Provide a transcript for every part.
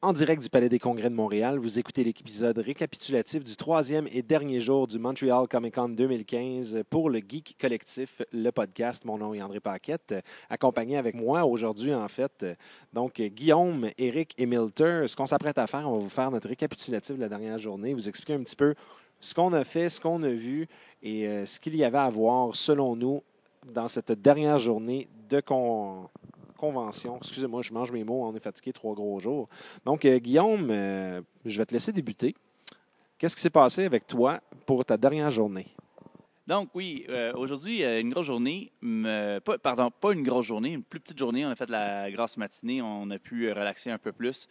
En direct du Palais des Congrès de Montréal, vous écoutez l'épisode récapitulatif du troisième et dernier jour du Montreal Comic Con 2015 pour le Geek Collectif, le podcast. Mon nom est André Paquette, accompagné avec moi aujourd'hui, en fait. Donc, Guillaume, Éric et Milter. Ce qu'on s'apprête à faire, on va vous faire notre récapitulatif de la dernière journée, vous expliquer un petit peu ce qu'on a fait, ce qu'on a vu et ce qu'il y avait à voir, selon nous, dans cette dernière journée de convention. Excusez-moi, je mange mes mots, on est fatigué, 3 gros jours. Donc, Guillaume, je vais te laisser débuter. Qu'est-ce qui s'est passé avec toi pour ta dernière journée? Donc oui, aujourd'hui, une grosse journée. Pas une grosse journée, une plus petite journée. On a fait la grasse matinée. On a pu relaxer un peu plus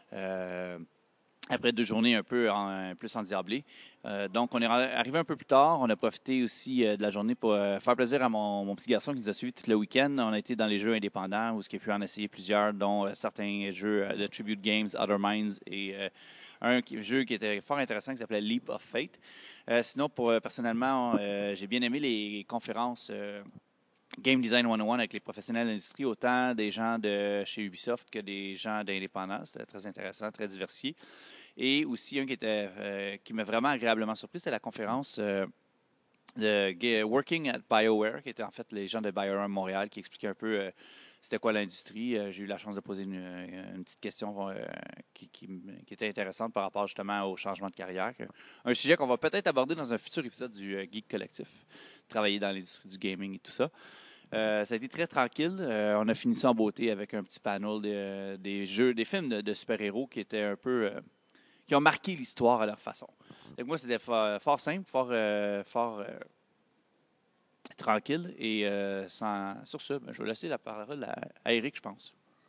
après 2 journées un peu plus endiablées. Donc, on est arrivé un peu plus tard. On a profité aussi de la journée pour faire plaisir à mon petit garçon qui nous a suivis tout le week-end. On a été dans les jeux indépendants où il a pu en essayer plusieurs, dont certains jeux de Tribute Games, Other Minds et un jeu qui était fort intéressant qui s'appelait Leap of Fate. Sinon, personnellement, j'ai bien aimé les conférences Game Design 101 avec les professionnels de l'industrie, autant des gens de chez Ubisoft que des gens d'indépendants. C'était très intéressant, très diversifié. Et aussi, un qui m'a vraiment agréablement surpris, c'était la conférence de Working at BioWare, qui était en fait les gens de BioWare Montréal qui expliquaient un peu c'était quoi l'industrie. J'ai eu la chance de poser une petite question qui était intéressante par rapport justement au changement de carrière. Un sujet qu'on va peut-être aborder dans un futur épisode du Geek Collectif, travailler dans l'industrie du gaming et tout ça. Ça a été très tranquille. On a fini ça en beauté avec un petit panel des jeux, des films de super-héros qui étaient un peu qui ont marqué l'histoire à leur façon. Donc moi, c'était fort simple, fort tranquille. Et sur ça, je vais laisser la parole à Eric, je pense.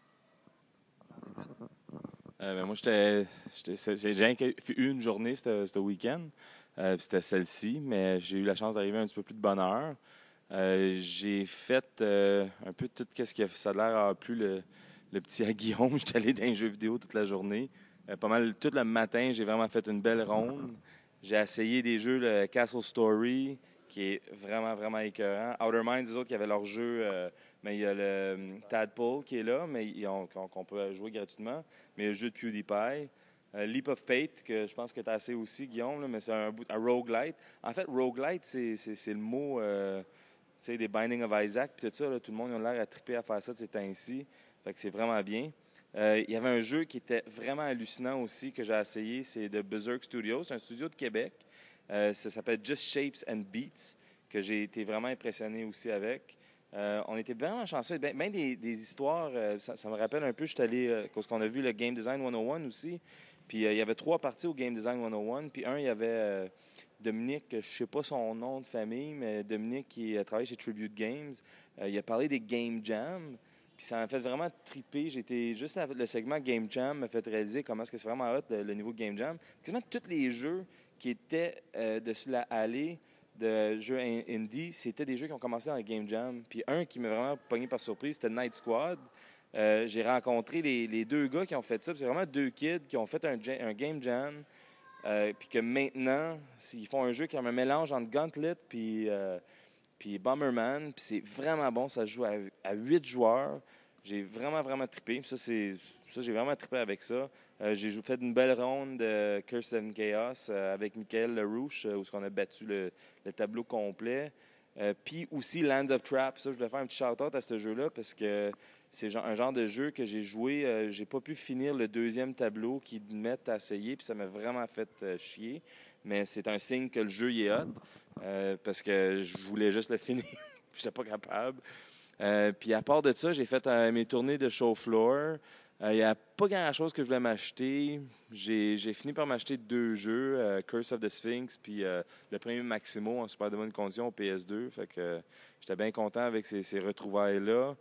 Moi, j'ai eu une journée ce week-end. C'était celle-ci, mais j'ai eu la chance d'arriver un petit peu plus de bonne heure. J'ai fait un peu tout ce qui ça a l'air d'avoir plu le petit à Guillaume. J'étais allé dans les jeux vidéo toute la journée. Pas mal tout le matin, j'ai vraiment fait une belle ronde. J'ai essayé des jeux, le Castle Story, qui est vraiment, vraiment écœurant. Outer Minds, les autres qui avaient leur jeu, mais il y a le Tadpole qui est là, mais qu'on peut jouer gratuitement. Mais il y a le jeu de PewDiePie. Leap of Fate, que je pense que tu as assez aussi, Guillaume, là, mais c'est un roguelite. En fait, roguelite, c'est le mot des Binding of Isaac, puis tout ça, là, tout le monde a l'air à triper à faire ça de ces temps-ci. Fait que c'est vraiment bien. Il y avait un jeu qui était vraiment hallucinant aussi que j'ai essayé, c'est de Berserk Studios. C'est un studio de Québec. Ça s'appelle Just Shapes and Beats, que j'ai été vraiment impressionné aussi avec. On était vraiment chanceux. Bien des histoires, ça me rappelle un peu, je suis allé, parce qu'on a vu le Game Design 101 aussi. Puis il y avait 3 parties au Game Design 101. Puis il y avait Dominique, je ne sais pas son nom de famille, mais Dominique qui travaille chez Tribute Games. Il a parlé des Game Jam. Puis ça m'a fait vraiment triper. Juste le segment Game Jam m'a fait réaliser comment est-ce que c'est vraiment hot le niveau de Game Jam. Quasiment tous les jeux qui étaient dessus la allée de jeux indie, c'était des jeux qui ont commencé dans le Game Jam. Puis un qui m'a vraiment pogné par surprise, c'était Night Squad. J'ai rencontré les 2 gars qui ont fait ça. C'est vraiment 2 kids qui ont fait un Game Jam. Puis que maintenant, ils font un jeu qui a un mélange entre Gauntlet puis Bomberman. Puis c'est vraiment bon. Ça se joue à 8 joueurs. J'ai vraiment, vraiment trippé. J'ai vraiment trippé avec ça. J'ai fait une belle ronde de Curse and Chaos avec Michael Lerouche, où on a battu le tableau complet. Puis aussi Lands of Trap. Ça, je voulais faire un petit shout-out à ce jeu-là parce que c'est un genre de jeu que j'ai joué. J'ai pas pu finir le 2e tableau qu'ils mettent à essayer, puis ça m'a vraiment fait chier. Mais c'est un signe que le jeu y est hot parce que je voulais juste le finir. Je n'étais pas capable. Puis à part de ça, j'ai fait mes tournées de show floor. Il n'y a pas grand-chose que je voulais m'acheter. J'ai fini par m'acheter 2 jeux, Curse of the Sphinx, puis le premier Maximo en super de bonne condition au PS2. Fait que j'étais bien content avec ces retrouvailles-là.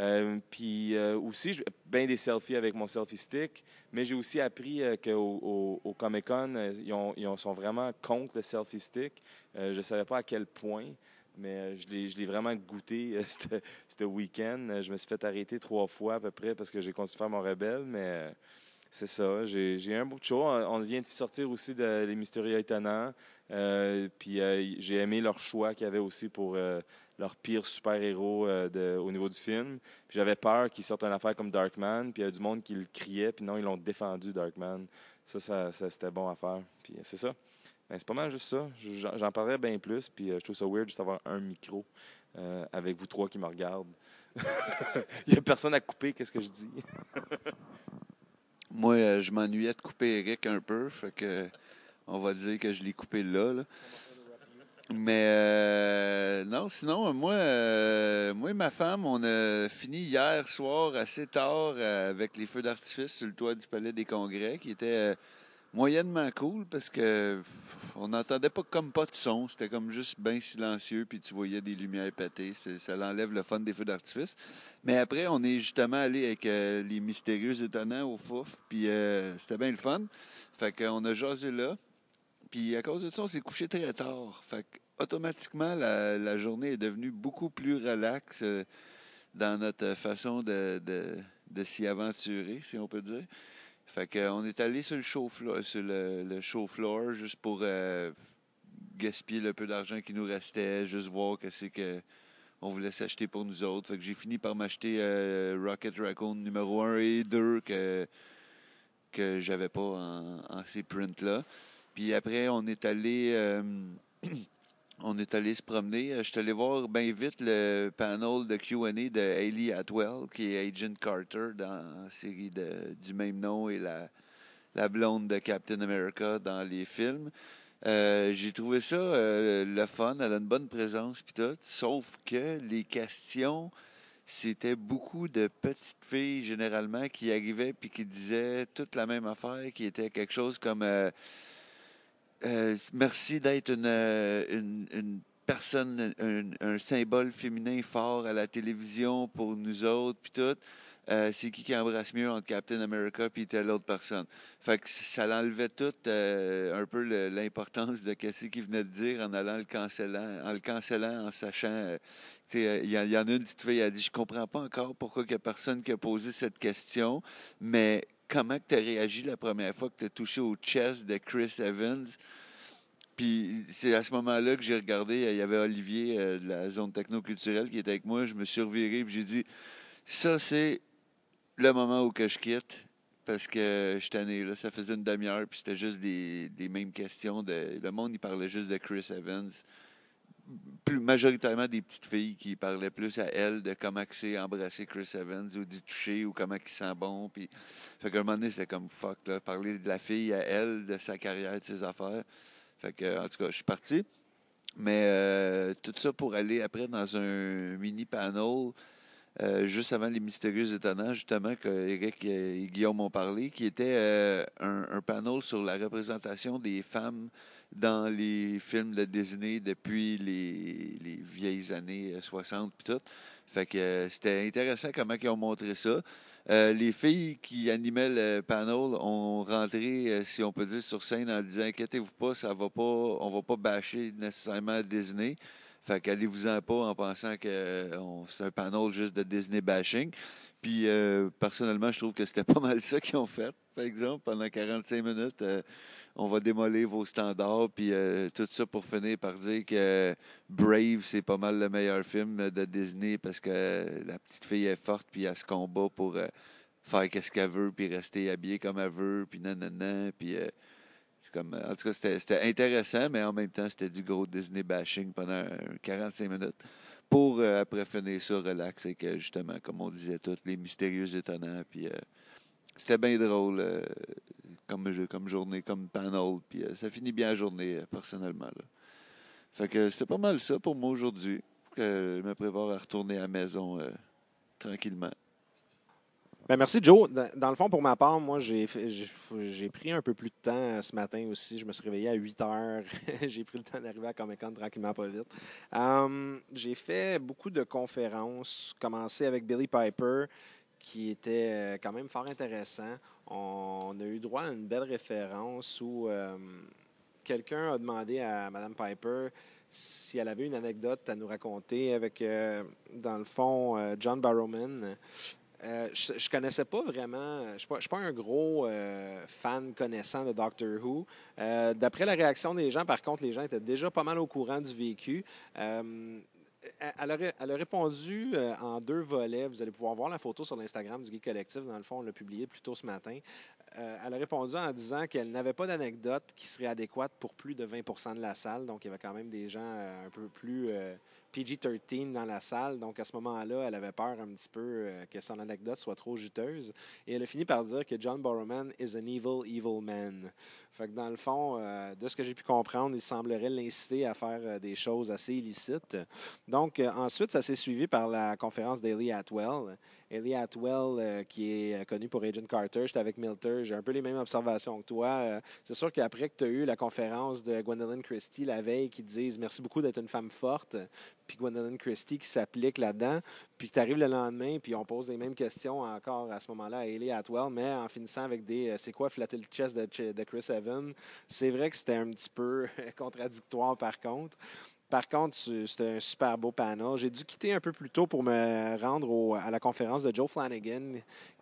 Puis aussi, bien des selfies avec mon selfie stick, mais j'ai aussi appris qu'au Comic-Con, ils sont vraiment contre le selfie stick. Je ne savais pas à quel point. Mais je l'ai vraiment goûté ce week-end. Je me suis fait arrêter 3 fois à peu près parce que j'ai continué à faire mon rebelle, mais c'est ça. J'ai eu un beau de show. On vient de sortir aussi de Les Mystérieux Étonnants. Puis j'ai aimé leur choix qu'il y avait aussi pour leur pire super-héros au niveau du film. Puis j'avais peur qu'ils sortent une affaire comme Darkman, puis il y a du monde qui le criait, puis non, ils l'ont défendu, Darkman. Ça c'était bon à faire. Puis c'est ça. Ben, c'est pas mal juste ça. J'en parlerai bien plus, puis je trouve ça weird juste d'avoir un micro avec vous trois qui me regardent. Il n'y a personne à couper, qu'est-ce que je dis? Moi, je m'ennuyais de couper Eric un peu, fait que on va dire que je l'ai coupé là. Mais non, sinon, moi et ma femme, on a fini hier soir assez tard avec les feux d'artifice sur le toit du Palais des Congrès, qui était moyennement cool parce que on n'entendait pas de son. C'était comme juste bien silencieux, puis tu voyais des lumières péter. Ça enlève le fun des feux d'artifice. Mais après, on est justement allé avec les mystérieux étonnants au Fouf, puis c'était bien le fun. Fait qu'on a jasé là. Puis à cause de ça, on s'est couché très tard. Fait que, automatiquement, la journée est devenue beaucoup plus relaxe dans notre façon de s'y aventurer, si on peut dire. Fait qu'on est allé sur le show floor, sur le show floor juste pour gaspiller le peu d'argent qui nous restait, juste voir qu'est-ce que on voulait s'acheter pour nous autres. Fait que j'ai fini par m'acheter Rocket Raccoon numéro 1 et 2 que j'avais pas en ces prints-là. Puis après, on est allé se promener. Je suis allé voir bien vite le panel de Q&A de Hayley Atwell, qui est Agent Carter dans la série du même nom et la blonde de Captain America dans les films. J'ai trouvé ça le fun. Elle a une bonne présence pis tout. Sauf que les questions, c'était beaucoup de petites filles généralement qui arrivaient puis qui disaient toute la même affaire, qui était quelque chose comme merci d'être une personne, un symbole féminin fort à la télévision pour nous autres, puis tout. C'est qui embrasse mieux entre Captain America puis telle autre personne. Fait que ça l'enlevait tout un peu l'importance de ce qu'il venait de dire en allant le cancellant, en sachant. Il y en a une petite fille qui a dit, je comprends pas encore pourquoi il y a personne qui a posé cette question, mais comment tu as réagi la première fois que tu as touché au chest de Chris Evans? Puis c'est à ce moment-là que j'ai regardé, il y avait Olivier de la zone technoculturelle qui était avec moi. Je me suis reviré et j'ai dit, ça c'est le moment où que je quitte parce que je suis tanné, là. Ça faisait une demi-heure puis c'était juste des mêmes questions. Le monde, il parlait juste de Chris Evans. Majoritairement des petites filles qui parlaient plus à elle de comment c'est embrasser Chris Evans ou d'y toucher ou comment il sent bon. Puis, fait qu'à un moment donné, c'était comme fuck, là, parler de la fille à elle, de sa carrière, de ses affaires. Fait que, en tout cas, je suis parti. Mais tout ça pour aller après dans un mini panel juste avant les Mystérieux Étonnants, justement, que Eric et Guillaume ont parlé, qui était un panel sur la représentation des femmes dans les films de Disney depuis les vieilles années 60 puis tout. Fait que c'était intéressant comment ils ont montré ça. Les filles qui animaient le panel ont rentré, si on peut dire, sur scène en disant inquiétez-vous pas, ça va pas, on va pas bâcher nécessairement Disney. Fait qu'allez-vous-en pas en pensant que c'est un panel juste de Disney bashing. Puis personnellement, je trouve que c'était pas mal ça qu'ils ont fait. Par exemple, pendant 45 minutes, on va démolir vos standards. Puis tout ça pour finir par dire que Brave, c'est pas mal le meilleur film de Disney parce que la petite fille est forte puis elle se combat pour faire qu'est-ce qu'elle veut puis rester habillée comme elle veut puis nanana. Puis c'est comme, en tout cas, c'était intéressant, mais en même temps, c'était du gros Disney bashing pendant 45 minutes. Pour après finir ça relax avec justement, comme on disait tous, les mystérieux étonnants. Puis c'était bien drôle comme journée, comme panel. Puis ça finit bien la journée, personnellement. Là. Fait que c'était pas mal ça pour moi aujourd'hui. Que je me prépare à retourner à la maison tranquillement. Ben merci, Joe. Dans le fond, pour ma part, moi, j'ai pris un peu plus de temps ce matin aussi. Je me suis réveillé à 8 heures. J'ai pris le temps d'arriver à Comic-Con tranquillement, pas vite. J'ai fait beaucoup de conférences, commencé avec Billy Piper, qui était quand même fort intéressant. On a eu droit à une belle référence où quelqu'un a demandé à Mme Piper si elle avait une anecdote à nous raconter avec, dans le fond, John Barrowman. Je ne connaissais pas vraiment, je ne suis pas un gros fan connaissant de Doctor Who. D'après la réaction des gens, par contre, les gens étaient déjà pas mal au courant du vécu. Elle a répondu en 2 volets. Vous allez pouvoir voir la photo sur l'Instagram du Geek Collectif. Dans le fond, on l'a publié plus tôt ce matin. Elle a répondu en disant qu'elle n'avait pas d'anecdote qui serait adéquate pour plus de 20 de la salle. Donc, il y avait quand même des gens un peu plus PG-13 dans la salle. Donc, à ce moment-là, elle avait peur un petit peu que son anecdote soit trop juteuse. Et elle a fini par dire que John Borrowman is an evil, evil man. Fait que dans le fond, de ce que j'ai pu comprendre, il semblerait l'inciter à faire des choses assez illicites. Donc, ensuite, ça s'est suivi par la conférence d'Hayley Atwell. Hayley Atwell, qui est connue pour Agent Carter, j'étais avec Milter, j'ai un peu les mêmes observations que toi. C'est sûr qu'après que tu as eu la conférence de Gwendolyn Christie la veille qui te disent merci beaucoup d'être une femme forte, puis Gwendolyn Christie qui s'applique là-dedans, puis que tu arrives le lendemain, puis on pose les mêmes questions encore à ce moment-là à Hayley Atwell, mais en finissant avec des c'est quoi flatter le chest de Chris Evans, c'est vrai que c'était un petit peu contradictoire par contre. Par contre, c'était un super beau panel. J'ai dû quitter un peu plus tôt pour me rendre à la conférence de Joe Flanagan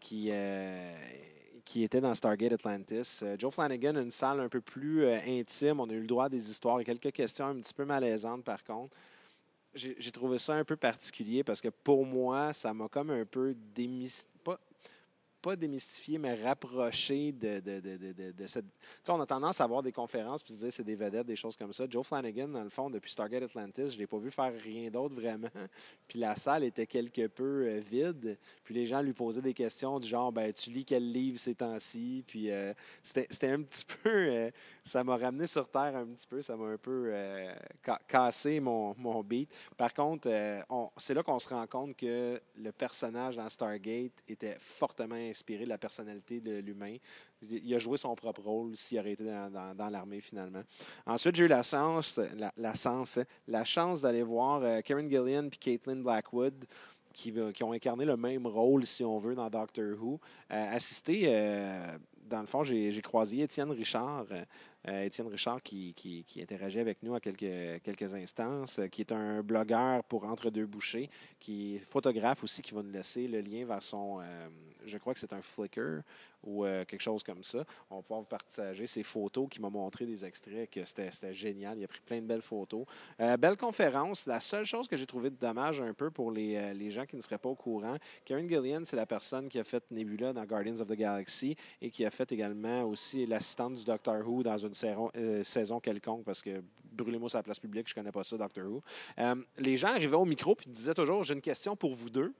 qui était dans Stargate Atlantis. Joe Flanagan a une salle un peu plus intime. On a eu le droit à des histoires et quelques questions un petit peu malaisantes par contre. J'ai trouvé ça un peu particulier parce que pour moi, ça m'a comme un peu pas démystifier, mais rapprocher de cette. Tu sais, on a tendance à avoir des conférences puis se dire c'est des vedettes, des choses comme ça. Joe Flanagan, dans le fond, depuis Stargate Atlantis, je ne l'ai pas vu faire rien d'autre vraiment. Puis la salle était quelque peu vide. Puis les gens lui posaient des questions du genre ben, tu lis quel livre ces temps-ci? Puis c'était un petit peu. Ça m'a ramené sur terre un petit peu. Ça m'a un peu cassé mon beat. Par contre, c'est là qu'on se rend compte que le personnage dans Stargate était fortement inspiré de la personnalité de l'humain. Il a joué son propre rôle s'il aurait été dans l'armée finalement. Ensuite, j'ai eu la chance d'aller voir Karen Gillan et Caitlin Blackwood qui ont incarné le même rôle, si on veut, dans Doctor Who. Dans le fond, j'ai croisé Étienne Richard. Étienne Richard qui interagit avec nous à quelques instants, qui est un blogueur pour Entre deux bouchées, qui est photographe aussi, qui va nous laisser le lien vers son, je crois que c'est un Flickr ou quelque chose comme ça. On va pouvoir vous partager ses photos, qui m'a montré des extraits, que c'était génial. Il a pris plein de belles photos. Belle conférence. La seule chose que j'ai trouvé de dommage un peu pour les gens qui ne seraient pas au courant, Karen Gillan, c'est la personne qui a fait Nebula dans Guardians of the Galaxy et qui a fait également aussi l'assistante du Doctor Who dans une saison quelconque, parce que brûlez-moi sur la place publique, je connais pas ça, Doctor Who. Les gens arrivaient au micro et disaient toujours, j'ai une question pour vous deux.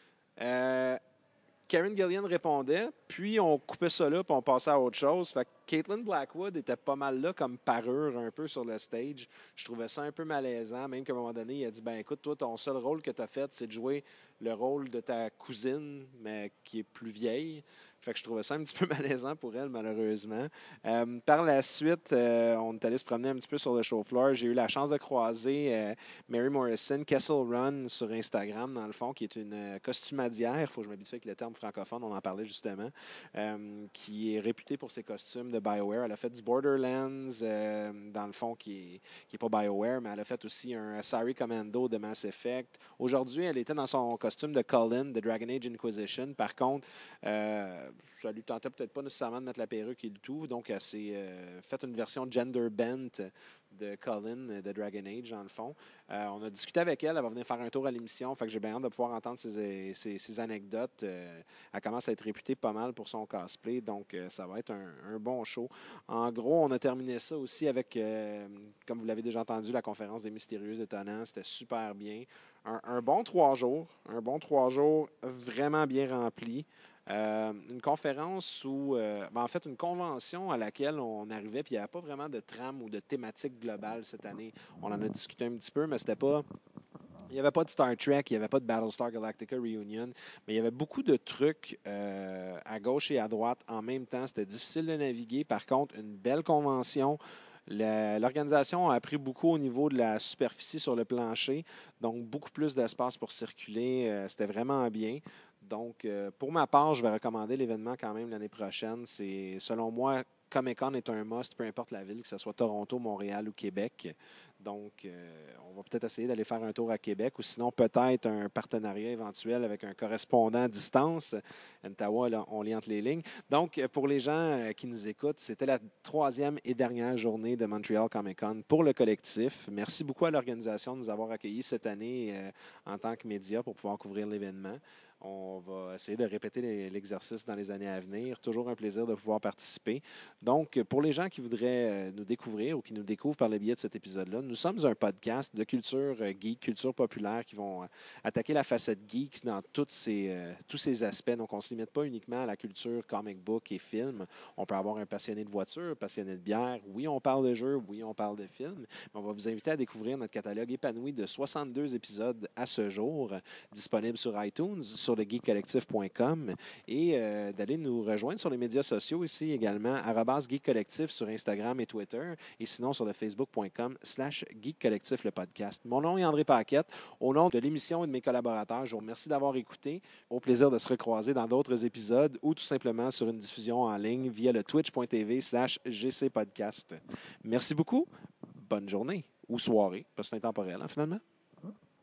Karen Gillan répondait, puis on coupait ça là, puis on passait à autre chose. Fait que Caitlin Blackwood était pas mal là comme parure un peu sur le stage. Je trouvais ça un peu malaisant, même qu'à un moment donné, il a dit ben écoute, toi, ton seul rôle que tu as fait, c'est de jouer le rôle de ta cousine, mais qui est plus vieille. Fait que je trouvais ça un petit peu malaisant pour elle, malheureusement. Par la suite, on est allé se promener un petit peu sur le show floor. J'ai eu la chance de croiser Mary Morrison, Kessel Run sur Instagram, dans le fond, qui est une costumadière. Il faut que je m'habitue avec le terme francophone, on en parlait justement, qui est réputée pour ses costumes de BioWare. Elle a fait du Borderlands, dans le fond, qui est pas BioWare, mais elle a fait aussi un Asari Commando de Mass Effect. Aujourd'hui, elle était dans son costume de Cullen de Dragon Age Inquisition. Par contre, ça lui tentait peut-être pas nécessairement de mettre la perruque et le tout. Donc, elle s'est fait une version gender bent de Colin de Dragon Age, dans le fond. On a discuté avec elle. Elle va venir faire un tour à l'émission. Fait que j'ai bien hâte de pouvoir entendre ses anecdotes. Elle commence à être réputée pas mal pour son cosplay. Donc, ça va être un bon show. En gros, on a terminé ça aussi avec, comme vous l'avez déjà entendu, la conférence des Mystérieux Étonnants. C'était super bien. Un bon 3 jours. Un bon 3 jours vraiment bien rempli. Une conférence en fait, une convention à laquelle on arrivait, puis il n'y avait pas vraiment de trame ou de thématique globale cette année. On en a discuté un petit peu, mais c'était pas. Il n'y avait pas de Star Trek, il n'y avait pas de Battlestar Galactica Reunion, mais il y avait beaucoup de trucs à gauche et à droite en même temps. C'était difficile de naviguer. Par contre, une belle convention. L'organisation a appris beaucoup au niveau de la superficie sur le plancher, donc beaucoup plus d'espace pour circuler. C'était vraiment bien. Donc, pour ma part, je vais recommander l'événement quand même l'année prochaine. Selon moi, Comic-Con est un must, peu importe la ville, que ce soit Toronto, Montréal ou Québec. Donc, on va peut-être essayer d'aller faire un tour à Québec ou sinon peut-être un partenariat éventuel avec un correspondant à distance. Ntawa, là, on lit entre les lignes. Donc, pour les gens qui nous écoutent, c'était la 3e et dernière journée de Montreal Comic-Con pour le collectif. Merci beaucoup à l'organisation de nous avoir accueillis cette année en tant que média pour pouvoir couvrir l'événement. On va essayer de répéter l'exercice dans les années à venir. Toujours un plaisir de pouvoir participer. Donc, pour les gens qui voudraient nous découvrir ou qui nous découvrent par le biais de cet épisode-là, nous sommes un podcast de culture geek, culture populaire qui vont attaquer la facette geek dans tous ces aspects. Donc, on ne se limite pas uniquement à la culture comic book et film. On peut avoir un passionné de voiture, passionné de bière. Oui, on parle de jeux. Oui, on parle de films. Mais on va vous inviter à découvrir notre catalogue épanoui de 62 épisodes à ce jour, disponible sur iTunes, sur le geekcollectif.com et d'aller nous rejoindre sur les médias sociaux ici également, @geekcollectif sur Instagram et Twitter et sinon sur le facebook.com/geekcollectif le podcast. Mon nom est André Paquette. Au nom de l'émission et de mes collaborateurs, je vous remercie d'avoir écouté. Au plaisir de se recroiser dans d'autres épisodes ou tout simplement sur une diffusion en ligne via le twitch.tv/gcpodcast. Merci beaucoup. Bonne journée ou soirée, parce que c'est intemporel, hein, finalement.